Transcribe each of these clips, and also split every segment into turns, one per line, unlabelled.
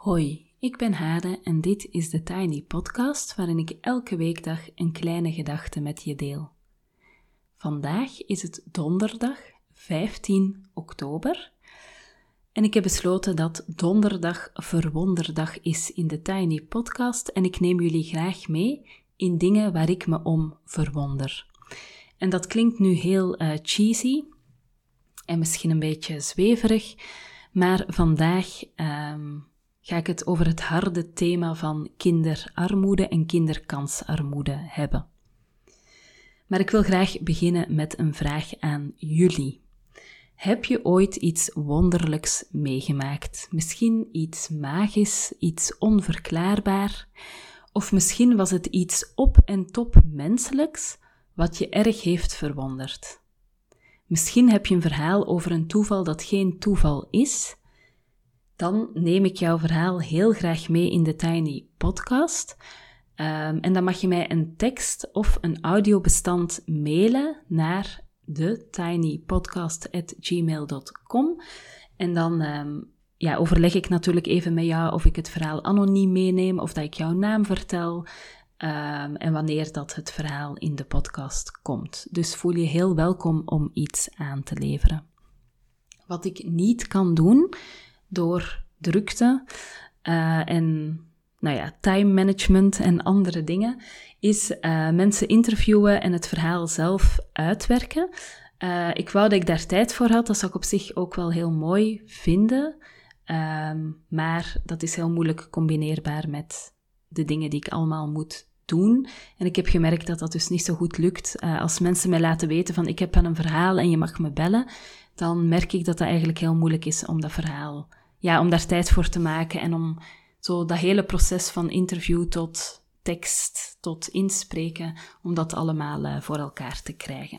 Hoi, ik ben Hade en dit is de Tiny Podcast waarin ik elke weekdag een kleine gedachte met je deel. Vandaag is het donderdag 15 oktober en ik heb besloten dat donderdag Verwonderdag is in de Tiny Podcast en ik neem jullie graag mee in dingen waar ik me om verwonder. En dat klinkt nu heel cheesy en misschien een beetje zweverig, maar vandaag ga ik het over het harde thema van kinderarmoede en kinderkansarmoede hebben. Maar ik wil graag beginnen met een vraag aan jullie. Heb je ooit iets wonderlijks meegemaakt? Misschien iets magisch, iets onverklaarbaar? Of misschien was het iets op en top menselijks wat je erg heeft verwonderd? Misschien heb je een verhaal over een toeval dat geen toeval is. Dan neem ik jouw verhaal heel graag mee in de Tiny Podcast. En dan mag je mij een tekst of een audiobestand mailen naar de tinypodcast@gmail.com. En dan overleg ik natuurlijk even met jou of ik het verhaal anoniem meeneem of dat ik jouw naam vertel. En wanneer dat het verhaal in de podcast komt. Dus voel je heel welkom om iets aan te leveren. Wat ik niet kan doen door drukte en time management en andere dingen, is mensen interviewen en het verhaal zelf uitwerken. Ik wou dat ik daar tijd voor had, dat zou ik op zich ook wel heel mooi vinden, maar dat is heel moeilijk combineerbaar met de dingen die ik allemaal moet doen. En ik heb gemerkt dat dat dus niet zo goed lukt. Als mensen mij laten weten van ik heb een verhaal en je mag me bellen, dan merk ik dat dat eigenlijk heel moeilijk is om dat verhaal, om daar tijd voor te maken en om zo dat hele proces van interview tot tekst, tot inspreken, om dat allemaal voor elkaar te krijgen.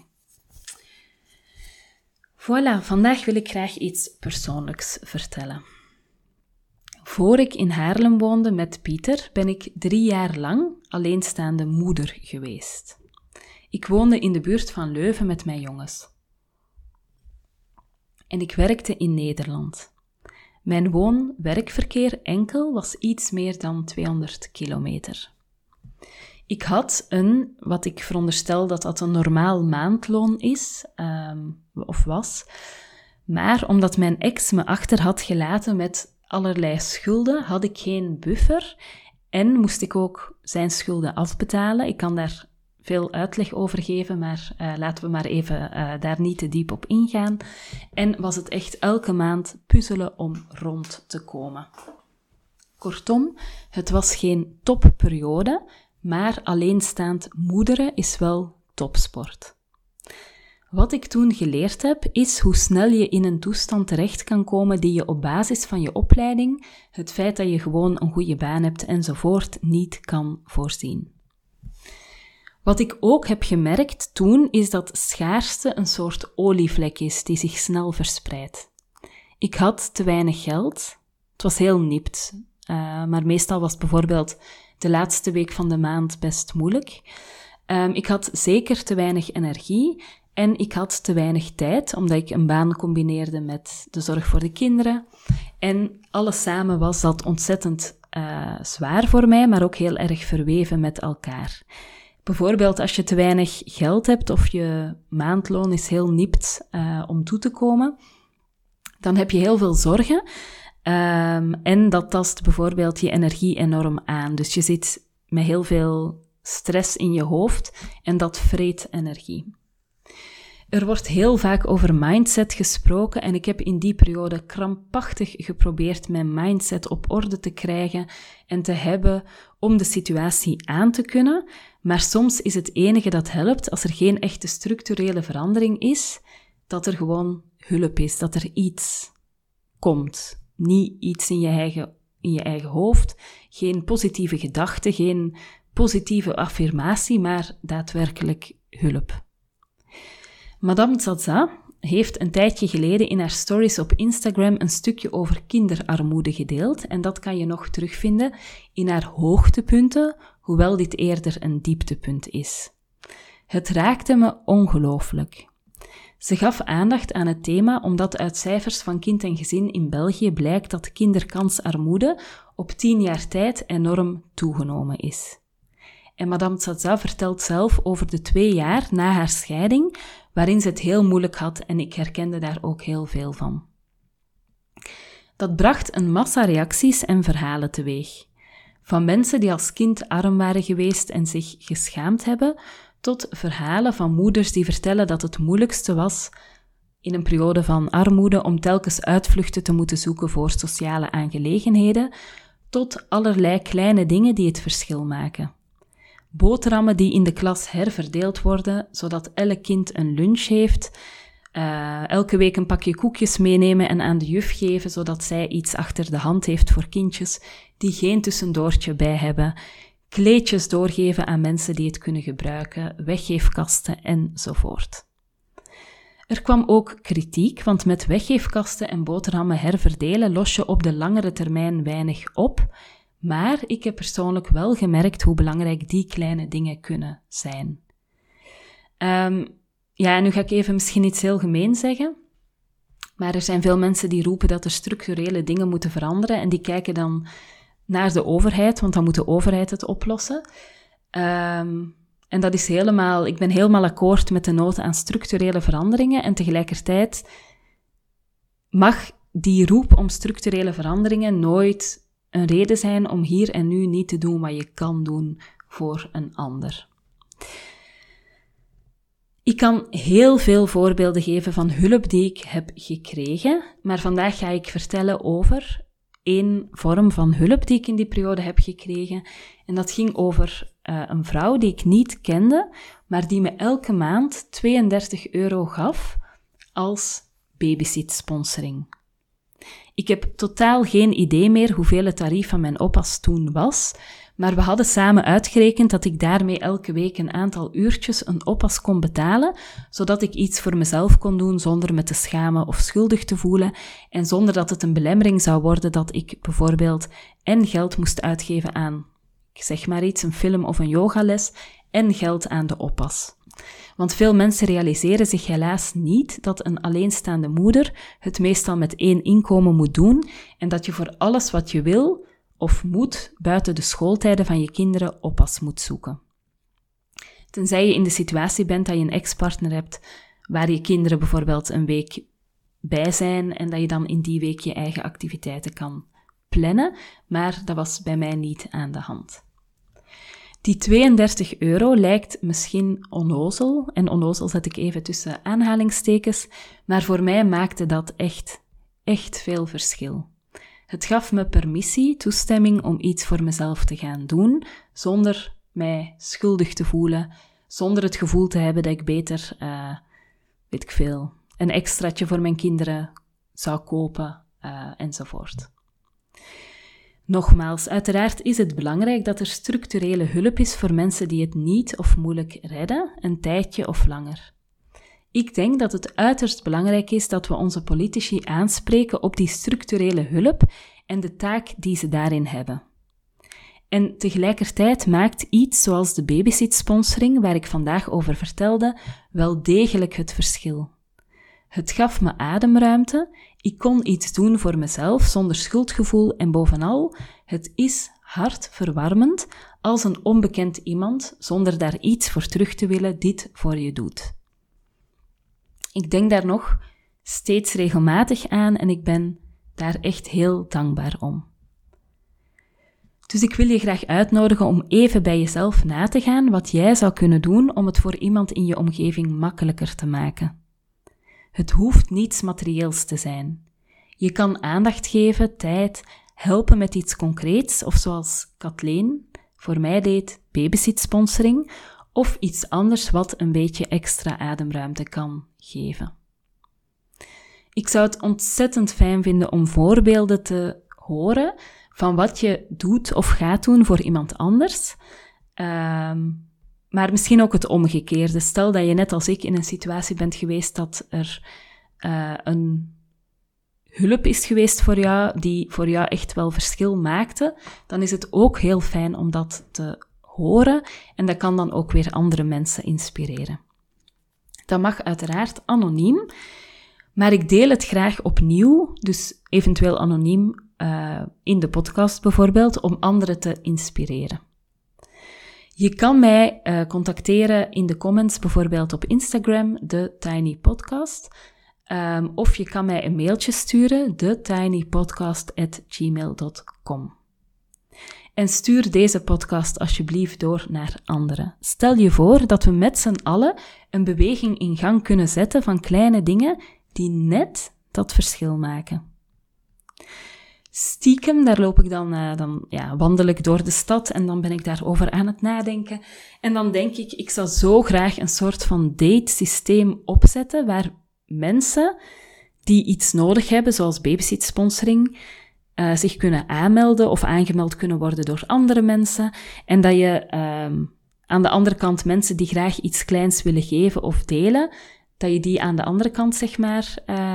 Voilà, vandaag wil ik graag iets persoonlijks vertellen. Voor ik in Haarlem woonde met Pieter, ben ik 3 jaar lang alleenstaande moeder geweest. Ik woonde in de buurt van Leuven met mijn jongens. En ik werkte in Nederland. Mijn woon-werkverkeer enkel was iets meer dan 200 kilometer. Ik had wat ik veronderstel dat een normaal maandloon is, of was. Maar omdat mijn ex me achter had gelaten met allerlei schulden, had ik geen buffer en moest ik ook zijn schulden afbetalen. Ik kan daar veel uitleg over geven, maar laten we maar even daar niet te diep op ingaan. En was het echt elke maand puzzelen om rond te komen. Kortom, het was geen topperiode, maar alleenstaand moederen is wel topsport. Wat ik toen geleerd heb, is hoe snel je in een toestand terecht kan komen die je op basis van je opleiding, het feit dat je gewoon een goede baan hebt enzovoort, niet kan voorzien. Wat ik ook heb gemerkt toen, is dat schaarste een soort olievlek is die zich snel verspreidt. Ik had te weinig geld. Het was heel nipt, maar meestal was bijvoorbeeld de laatste week van de maand best moeilijk. Ik had zeker te weinig energie en ik had te weinig tijd, omdat ik een baan combineerde met de zorg voor de kinderen. En alles samen was dat ontzettend zwaar voor mij, maar ook heel erg verweven met elkaar. Bijvoorbeeld als je te weinig geld hebt of je maandloon is heel nipt om toe te komen, dan heb je heel veel zorgen en dat tast bijvoorbeeld je energie enorm aan. Dus je zit met heel veel stress in je hoofd en dat vreet energie. Er wordt heel vaak over mindset gesproken en ik heb in die periode krampachtig geprobeerd mijn mindset op orde te krijgen en te hebben om de situatie aan te kunnen. Maar soms is het enige dat helpt, als er geen echte structurele verandering is, dat er gewoon hulp is, dat er iets komt. Niet iets in je eigen hoofd, geen positieve gedachte, geen positieve affirmatie, maar daadwerkelijk hulp. Madame Zaza heeft een tijdje geleden in haar stories op Instagram een stukje over kinderarmoede gedeeld en dat kan je nog terugvinden in haar hoogtepunten, hoewel dit eerder een dieptepunt is. Het raakte me ongelooflijk. Ze gaf aandacht aan het thema omdat uit cijfers van Kind en Gezin in België blijkt dat kinderkansarmoede op 10 jaar tijd enorm toegenomen is. En Madame Zaza vertelt zelf over de 2 jaar na haar scheiding, waarin ze het heel moeilijk had en ik herkende daar ook heel veel van. Dat bracht een massa reacties en verhalen teweeg. Van mensen die als kind arm waren geweest en zich geschaamd hebben, tot verhalen van moeders die vertellen dat het moeilijkste was in een periode van armoede om telkens uitvluchten te moeten zoeken voor sociale aangelegenheden, tot allerlei kleine dingen die het verschil maken. Boterhammen die in de klas herverdeeld worden, zodat elk kind een lunch heeft, elke week een pakje koekjes meenemen en aan de juf geven, zodat zij iets achter de hand heeft voor kindjes die geen tussendoortje bij hebben, kleedjes doorgeven aan mensen die het kunnen gebruiken, weggeefkasten enzovoort. Er kwam ook kritiek, want met weggeefkasten en boterhammen herverdelen los je op de langere termijn weinig op, maar ik heb persoonlijk wel gemerkt hoe belangrijk die kleine dingen kunnen zijn. Ja, en nu ga ik even misschien iets heel gemeen zeggen, maar er zijn veel mensen die roepen dat er structurele dingen moeten veranderen en die kijken dan naar de overheid, want dan moet de overheid het oplossen. En dat is ik ben helemaal akkoord met de nood aan structurele veranderingen en tegelijkertijd mag die roep om structurele veranderingen nooit een reden zijn om hier en nu niet te doen wat je kan doen voor een ander. Ik kan heel veel voorbeelden geven van hulp die ik heb gekregen, maar vandaag ga ik vertellen over één vorm van hulp die ik in die periode heb gekregen. En dat ging over een vrouw die ik niet kende, maar die me elke maand €32 gaf als babysit-sponsoring. Ik heb totaal geen idee meer hoeveel het tarief van mijn oppas toen was, maar we hadden samen uitgerekend dat ik daarmee elke week een aantal uurtjes een oppas kon betalen, zodat ik iets voor mezelf kon doen zonder me te schamen of schuldig te voelen en zonder dat het een belemmering zou worden dat ik bijvoorbeeld en geld moest uitgeven aan, ik zeg maar iets, een film of een yogales en geld aan de oppas. Want veel mensen realiseren zich helaas niet dat een alleenstaande moeder het meestal met 1 inkomen moet doen en dat je voor alles wat je wil of moet buiten de schooltijden van je kinderen oppas moet zoeken. Tenzij je in de situatie bent dat je een ex-partner hebt waar je kinderen bijvoorbeeld een week bij zijn en dat je dan in die week je eigen activiteiten kan plannen, maar dat was bij mij niet aan de hand. Die €32 lijkt misschien onnozel, en onnozel zet ik even tussen aanhalingstekens, maar voor mij maakte dat echt veel verschil. Het gaf me permissie, toestemming om iets voor mezelf te gaan doen, zonder mij schuldig te voelen, zonder het gevoel te hebben dat ik beter, een extraatje voor mijn kinderen zou kopen, enzovoort. Nogmaals, uiteraard is het belangrijk dat er structurele hulp is voor mensen die het niet of moeilijk redden, een tijdje of langer. Ik denk dat het uiterst belangrijk is dat we onze politici aanspreken op die structurele hulp en de taak die ze daarin hebben. En tegelijkertijd maakt iets zoals de babysit-sponsoring, waar ik vandaag over vertelde, wel degelijk het verschil. Het gaf me ademruimte, ik kon iets doen voor mezelf zonder schuldgevoel en bovenal, het is hartverwarmend als een onbekend iemand, zonder daar iets voor terug te willen, dit voor je doet. Ik denk daar nog steeds regelmatig aan en ik ben daar echt heel dankbaar om. Dus ik wil je graag uitnodigen om even bij jezelf na te gaan wat jij zou kunnen doen om het voor iemand in je omgeving makkelijker te maken. Het hoeft niets materieels te zijn. Je kan aandacht geven, tijd, helpen met iets concreets, of zoals Kathleen voor mij deed, babysit-sponsoring, of iets anders wat een beetje extra ademruimte kan geven. Ik zou het ontzettend fijn vinden om voorbeelden te horen van wat je doet of gaat doen voor iemand anders, maar misschien ook het omgekeerde. Stel dat je net als ik in een situatie bent geweest dat er een hulp is geweest voor jou, die voor jou echt wel verschil maakte, dan is het ook heel fijn om dat te horen en dat kan dan ook weer andere mensen inspireren. Dat mag uiteraard anoniem, maar ik deel het graag opnieuw, dus eventueel anoniem in de podcast bijvoorbeeld, om anderen te inspireren. Je kan mij contacteren in de comments, bijvoorbeeld op Instagram, TheTinyPodcast. Of je kan mij een mailtje sturen, thetinypodcast@gmail.com. En stuur deze podcast alsjeblieft door naar anderen. Stel je voor dat we met z'n allen een beweging in gang kunnen zetten van kleine dingen die net dat verschil maken. Stiekem, daar loop ik dan wandel ik door de stad en dan ben ik daarover aan het nadenken. En dan denk ik zou zo graag een soort van date-systeem opzetten waar mensen die iets nodig hebben, zoals babysit-sponsoring, zich kunnen aanmelden of aangemeld kunnen worden door andere mensen. En dat je aan de andere kant mensen die graag iets kleins willen geven of delen, dat je die aan de andere kant, zeg maar,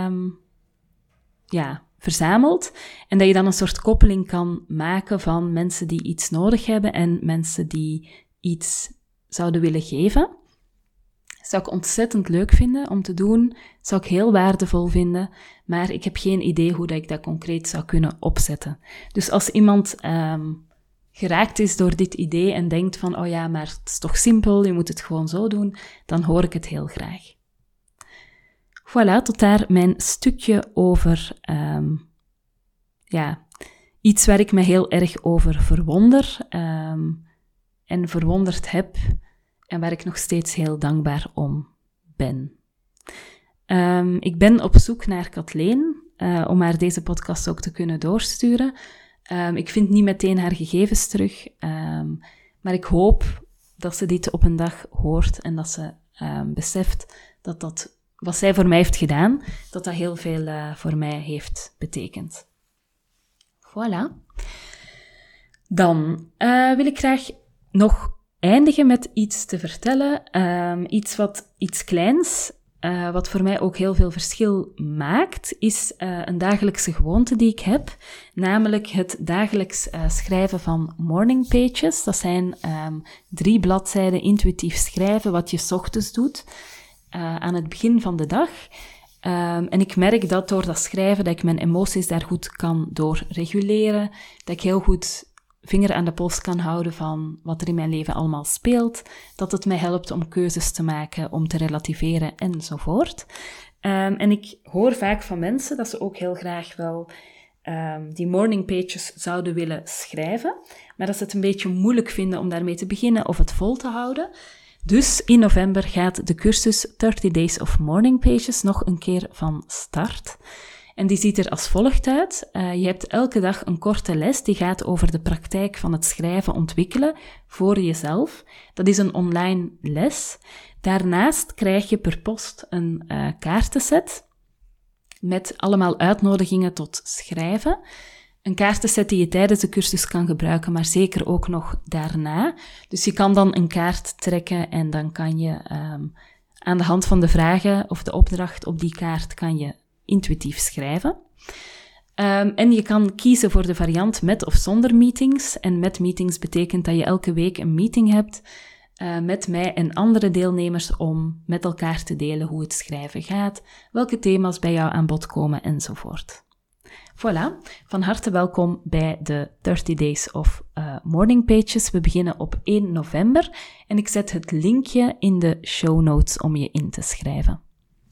verzamelt. En dat je dan een soort koppeling kan maken van mensen die iets nodig hebben en mensen die iets zouden willen geven. Zou ik ontzettend leuk vinden om te doen. Zou ik heel waardevol vinden. Maar ik heb geen idee hoe dat ik dat concreet zou kunnen opzetten. Dus als iemand geraakt is door dit idee en denkt van, oh ja, maar het is toch simpel, je moet het gewoon zo doen, dan hoor ik het heel graag. Voilà, tot daar mijn stukje over iets waar ik me heel erg over verwonder en verwonderd heb en waar ik nog steeds heel dankbaar om ben. Ik ben op zoek naar Kathleen om haar deze podcast ook te kunnen doorsturen. Ik vind niet meteen haar gegevens terug, maar ik hoop dat ze dit op een dag hoort en dat ze beseft dat wat zij voor mij heeft gedaan, dat heel veel voor mij heeft betekend. Voilà. Dan wil ik graag nog eindigen met iets te vertellen. Iets kleins, wat voor mij ook heel veel verschil maakt, is een dagelijkse gewoonte die ik heb. Namelijk het dagelijks schrijven van morning pages. Dat zijn 3 bladzijden intuïtief schrijven, wat je 's ochtends doet. Aan het begin van de dag. En ik merk dat door dat schrijven, dat ik mijn emoties daar goed kan door reguleren. Dat ik heel goed vinger aan de pols kan houden van wat er in mijn leven allemaal speelt. Dat het mij helpt om keuzes te maken, om te relativeren enzovoort. En ik hoor vaak van mensen dat ze ook heel graag wel die morning pages zouden willen schrijven. Maar dat ze het een beetje moeilijk vinden om daarmee te beginnen of het vol te houden. Dus in november gaat de cursus 30 Days of Morning Pages nog een keer van start. En die ziet er als volgt uit. Je hebt elke dag een korte les die gaat over de praktijk van het schrijven ontwikkelen voor jezelf. Dat is een online les. Daarnaast krijg je per post een kaartenset met allemaal uitnodigingen tot schrijven. Een kaartenset die je tijdens de cursus kan gebruiken, maar zeker ook nog daarna. Dus je kan dan een kaart trekken en dan kan je aan de hand van de vragen of de opdracht op die kaart kan je intuïtief schrijven. En je kan kiezen voor de variant met of zonder meetings. En met meetings betekent dat je elke week een meeting hebt met mij en andere deelnemers om met elkaar te delen hoe het schrijven gaat, welke thema's bij jou aan bod komen enzovoort. Voilà, van harte welkom bij de 30 Days of Morning Pages. We beginnen op 1 november en ik zet het linkje in de show notes om je in te schrijven.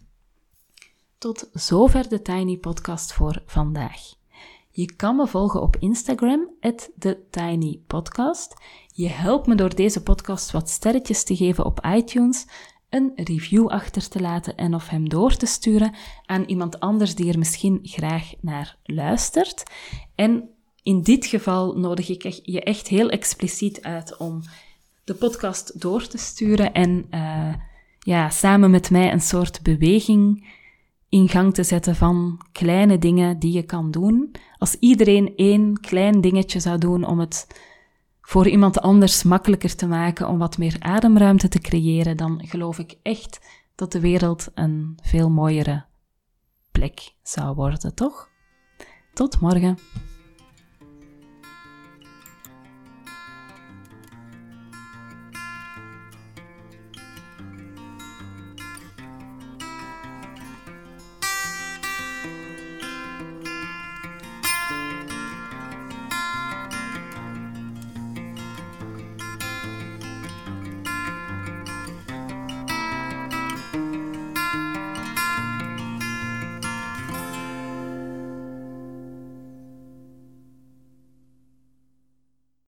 Tot zover de Tiny Podcast voor vandaag. Je kan me volgen op Instagram, @thetinypodcast. Je helpt me door deze podcast wat sterretjes te geven op iTunes, een review achter te laten en of hem door te sturen aan iemand anders die er misschien graag naar luistert. En in dit geval nodig ik je echt heel expliciet uit om de podcast door te sturen en samen met mij een soort beweging in gang te zetten van kleine dingen die je kan doen. Als iedereen 1 klein dingetje zou doen om het voor iemand anders makkelijker te maken, om wat meer ademruimte te creëren, dan geloof ik echt dat de wereld een veel mooiere plek zou worden, toch? Tot morgen.